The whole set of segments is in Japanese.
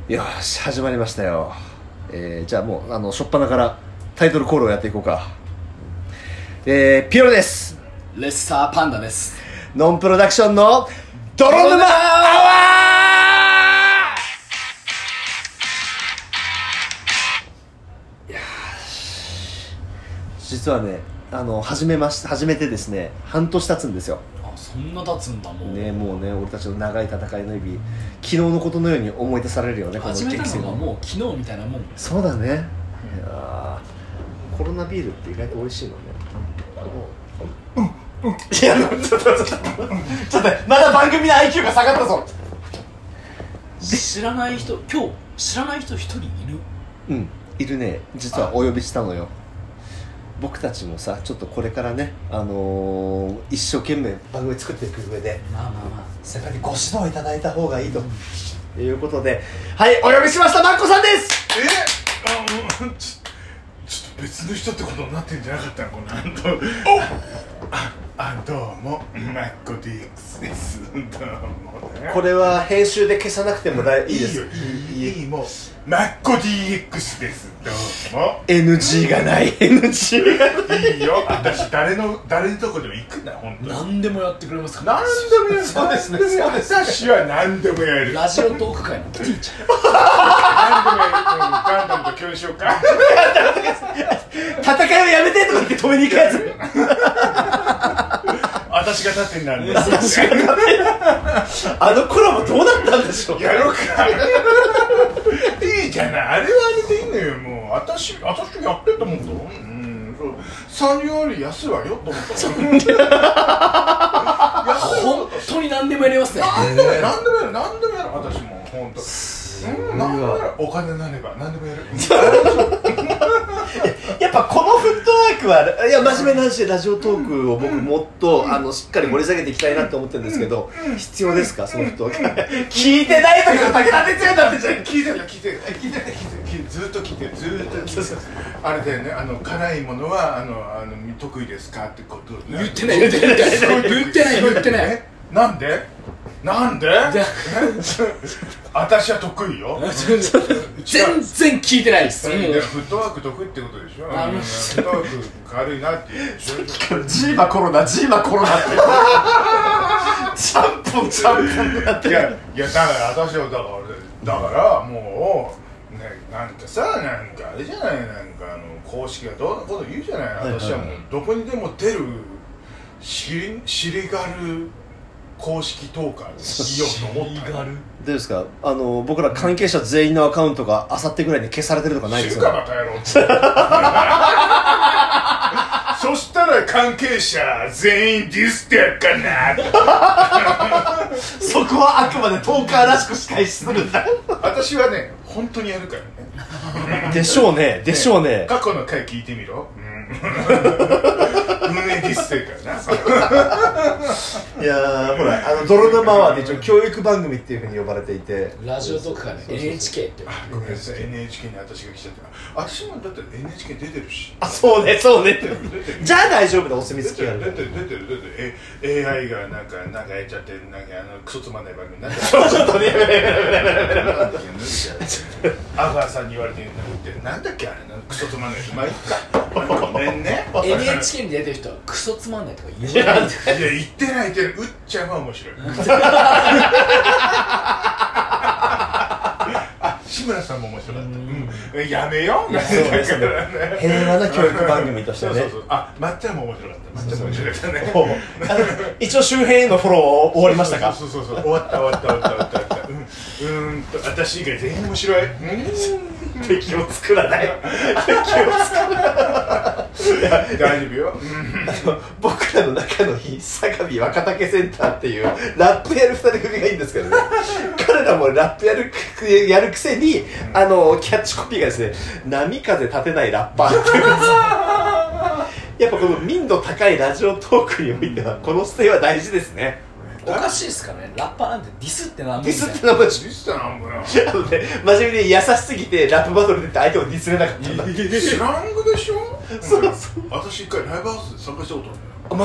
よし始まりましたよ。じゃあもう初っ端からタイトルコールをやっていこうか。ピロです。 レッサーパンダです。 ノンプロダクションの泥沼アワー。いや実はね始めてですね半年経つんですよ。 あ、そんな経つんだもう。 ね、もうね俺たちの長い戦いの日々、昨日のことのように思い出されるよね。この始めたのがもう昨日みたいなもん。 そうだね。いやコロナビールって意外と美味しいのね。いやちょっとまだ番組の IQ が下がったぞ。 知らない人一人いる？ うんいるね。実はお呼びしたのよ。僕たちもさちょっとこれからね一生懸命番組作っていく上で先輩にご指導いただいた方がいいと、いうことで、はいお呼びしました。マッコさんです。 ちょっと別の人ってことになってんじゃなかったのかな。どうもマッコ DX です。どうもね。 これは編集で消さなくてもいいです。 いいもうマッコ DX です。どうも NG がない。NG がない。 いいよ。私誰のとこでも行くんだ。本当に何でもやってくれますから。 何でもやる。そうですね。私は何でもやる。 ラジオトーク界のキティちゃん。 何でもやる。ガンダムと共演しようか。 戦いをやめてとか言って止めに行くやつ。 私が盾になるんだ。 あの頃もどうなったんでしょう。 やろうか。いいじゃない。あれはあれでいいのよ。もう私やってたもんだ。そう3より安いわよと思った。 本当に何でもやりますね。 何でもやる。私も本当。何でもやる。お金になれば何でもやる。 やっぱこのフットワークはいや真面目な話でラジオトークを僕もっとしっかり盛り下げていきたいなと思ってるんですけど、必要ですかそのフットワーク。聞いてない時の武田鉄矢だってじゃん。 聞いてるずっと聞いてる。あれだよね。辛いものは得意ですかってことね。 言ってない。 なんで私は得意よ。 全然聞いてないです。 フットワーク得意ってことでしょ。フットワーク軽いなって言うでしょ。 ジーマコロナってちゃんぽんなって。 いやだから私はだからもうね、なんかさ、なんかあれじゃない、なんか公式がどうのこと言うじゃない。私はもうどこにでも出る尻軽公式トーカーにしようと思った。 どうですか僕ら関係者全員のアカウントがあさってぐらいに消されてるとかないですか？ 知るかバカ野郎。そしたら関係者全員ディスってやっかな。 そこはあくまでトーカーらしく仕返しするんだ。 私はね本当にやるからね。 でしょうね。 過去の回聞いてみろ。運営ディスってるからな。 いやほら泥沼アワーで一応教育番組っていう風に呼ばれていて、 ラジオトーク界の NHK って。 ごめんなさい。NHK に私が来ちゃった。私もだって NHK 出てるし。 そうねじゃあ大丈夫だ。お墨付きがある。 出てる。AI がなんかやっちゃってなんかクソつまんない番組になってる。 ちょっとねアファーさんに言われてなんだっけあれクソつまんない。まあいいか。ごめんね。 NHK に出てる人はクソつまんないとか言わない。 いや言ってない。打っちゃうは面白い。志村さんも面白かった。やめよう。平和な教育番組としてね。 まっちゃんも面白かった。ね。 一応周辺へのフォロー終わりましたか？ そう終わった。私以外全員面白い。 敵を作らない。 大丈夫よ。 僕らの仲のいい相模若竹センターっていうラップやる2人組がいいんですけどね。彼らもラップやるくせにキャッチコピーがですね、波風立てないラッパーっていうんですよ。やっぱこの民度高いラジオトークにおいてはこの姿勢は大事ですね。 おかしいですからね。ラッパーなんてディスってなんぼ。 ディスってなんぼ。 真面目に優しすぎてラップバトルでって相手をディスれなかったんだ。 スラングでしょ。 そう私一回ライブハウスで参加したことあるんだよ。 マジ？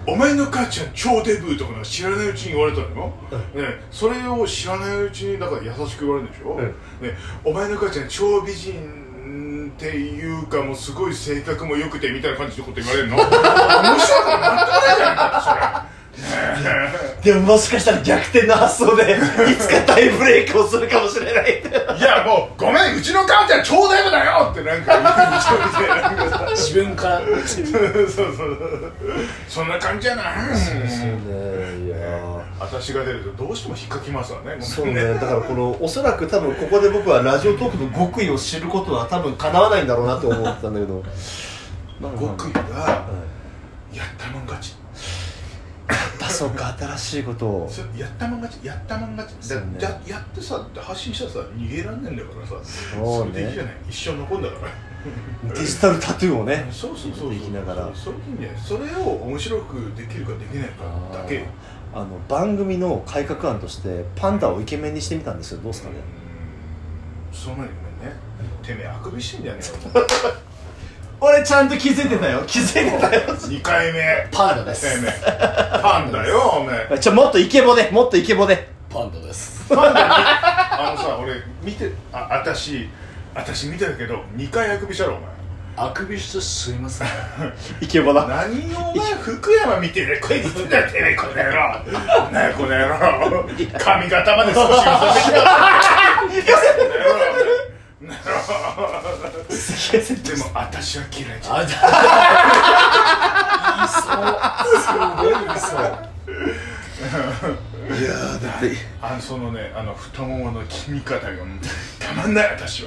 お前の母ちゃん超デブとか知らないうちに言われたのよ、ね、それを知らないうちにだから優しく言われるんでしょ、ね、お前の母ちゃん超美人っていうかもうすごい性格も良くてみたいな感じのこと言われるの面白いから全くないじゃないかそれでももしかしたら逆転の発想でいつか大ブレイクをするかもしれないいやもうごめんうちの母ちゃん超デブだよってなんか言って自分からそうそんな感じじゃないそうねいや私が出るとどうしても引っかきますわねそうねだからこのおそらく多分ここで僕はラジオトークの極意を知ることは多分叶わないんだろうなって思ってたんだけど極意がやったもん勝ちそうか新しいことをやったもん勝ちやってさ発信したらさ逃げらんねえんだからさそれでいいじゃない一生残んだからデジタルタトゥーをねそうできながらそれでいいんじゃないそれを面白くできるかできないかだけ番組の改革案としてパンダをイケメンにしてみたんですよどうですかねそんなにごめんねてめえあくびしてんじゃねえよ俺ちゃんと気づいてたよ 2回目パンダですてめえパンダよおめえもっとイケボでパンダですパンダさ俺見て私見てるけど2回あくびしたろお前あくびしてすいませんイケボだ何をお前福山見てるこいつだよてめえこの野郎ねえこの野郎髪型まで少し寄せてでも私は嫌いじゃん言いそういやーだってそのね太ももの筋肉方がたまんない私は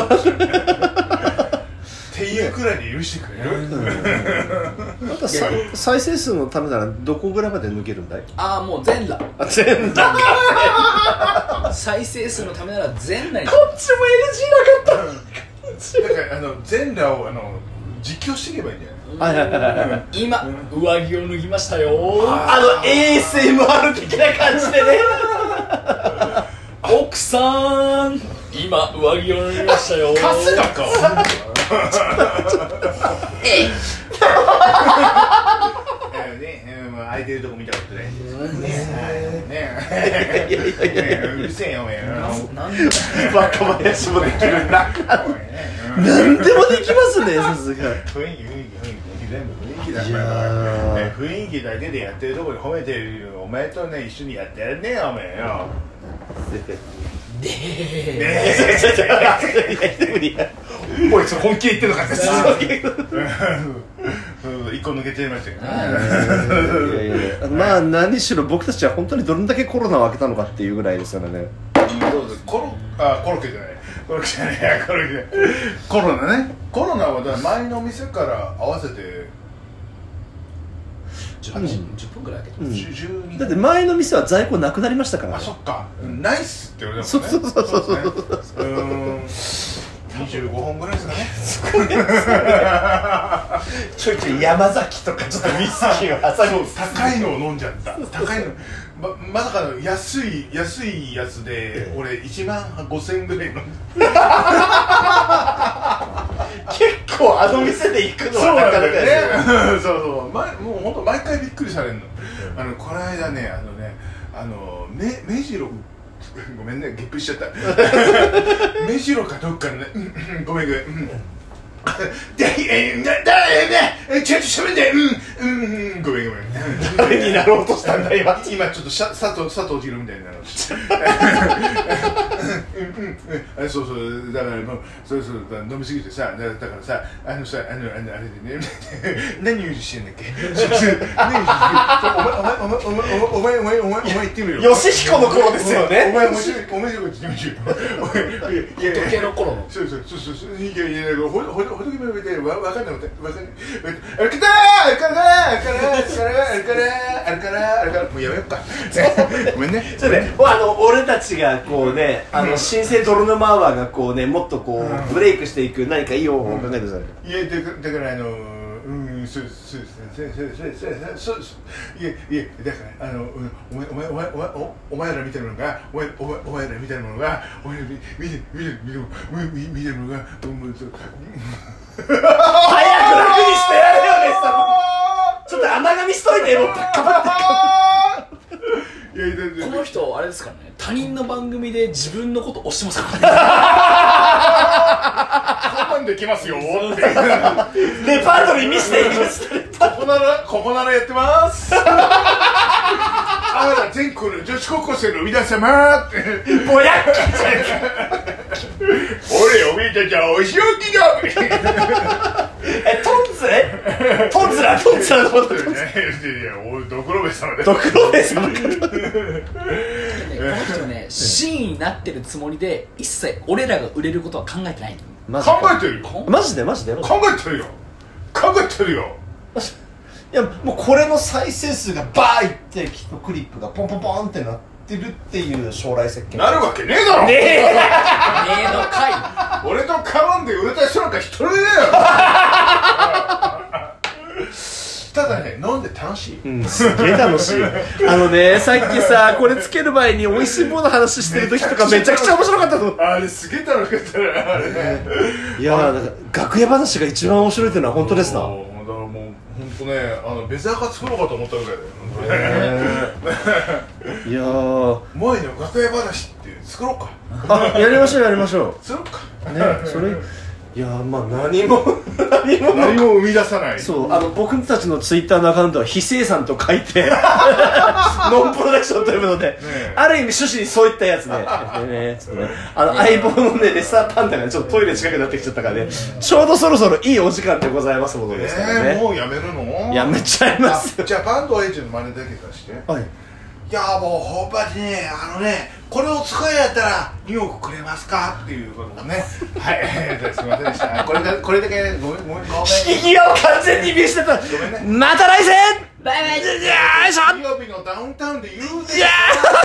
っていうくらいで許してくれるなんか再生数のためならどこぐらいまで抜けるんだいもう全裸全裸再生数のためなら全裸にこっちも NG なかっただから全裸を実況していけばいいんじゃない今上着を脱ぎましたよ ASMR 的な感じでね奥さん今上着を脱ぎましたよカスだか空いてるとこ見たことないうるせえよお前若林もできるな何でもできますねさすが雰囲気だ雰囲気だけでやってるとこに褒めてるお前とね一緒にやってやんねえよお前よおいそれ本気で言ってるのかって一個抜けちゃいましたけどまあ何しろ僕たちは本当にどれだけコロナを開けたのかっていうぐらいですからねコロッケじゃないコロナねコロナはだ前の店から合わせて 10分くらい開けてます、 12 だって前の店は在庫なくなりましたからねそっかナイスって言われたもんねそう25本ぐらいですかねちょいちょい山崎とかちょっとウイスキーをそう高いのを飲んじゃった高いのまさかの安いやつで俺1万5000円ぐらい飲ん結構店で行くのはなかなかですよそうもう本当毎回びっくりされるのこの間ね目白ごめんねゲップしちゃった目白かどっかのねごめんちゃんとしゃべんでごめん誰になろうとしたんだ今ちょっと佐藤二郎みたいになろうとしてそうだからもうそう飲みすぎてさだからさあれでね何言うしてんだっけお前言ってみろよ吉彦の頃ですよねお前面白いこと言ってみろ仏の頃のそういや仏も見てわかんないあれからもうやめよっかごめんね俺たちがこうね新生泥沼アワーがこうねもっとこうブレイクしていく何かいい方法を考えてくださいいやだからそうですいやだからお前ら見てるのがお前ら見てるのが見てるのが早く楽にしてやれよねちょっと甘噛みしといてよかばっていやいやいやこの人あれですからね、他人の番組で自分のこと押してますから我慢できますよってレパートリー見せていくここならやってますあら全国の女子高校生の皆様ってぼやっ俺おめえたちはお仕置きだトンズラのこといや俺ドクロベ様でドクロベ様ね、この人ね、真意になってるつもりで一切俺らが売れることは考えてない。 マジ考えてるよマジで考えてるよいやもうこれの再生数がバーいってクリップがポンポンポンってなってるっていう将来設計なるわけねえだろねえの回俺と絡んで売れた人なんか一人だよただね飲んで楽しい、 すげえ楽しいさっきさこれつける前に美味しいものの話してる時とかめちゃくちゃ面白かったとあれすげえ楽しかったねあれねいやーなんか楽屋話が一番面白いっていうのは本当ですなだからもう本当ねベザーカ作ろうかと思ったぐらいだよいやー前の楽屋話って作ろうかやりましょう作ろうかねそれいやーまあ何も生み出さないそう僕たちのツイッターのアカウントは非生産と書いてノンプロダクションというので、ある意味趣旨にそういったやつで、ちょっとね相棒のねレッサーパンダがちょっとトイレ近くなってきちゃったからねちょうどそろそろいいお時間でございますものですからね、 もうやめるのやめちゃいますよじゃあバンドエイジの真似だけさせてはいいやもうほんまにねこれを使えやったら2億くれますかっていうことをねはいすいませんでしたこれだけごめん引き際を完全に見失ったごめんねまた来世バイバイよいしょ水曜日のダウンタウンで言うでいやー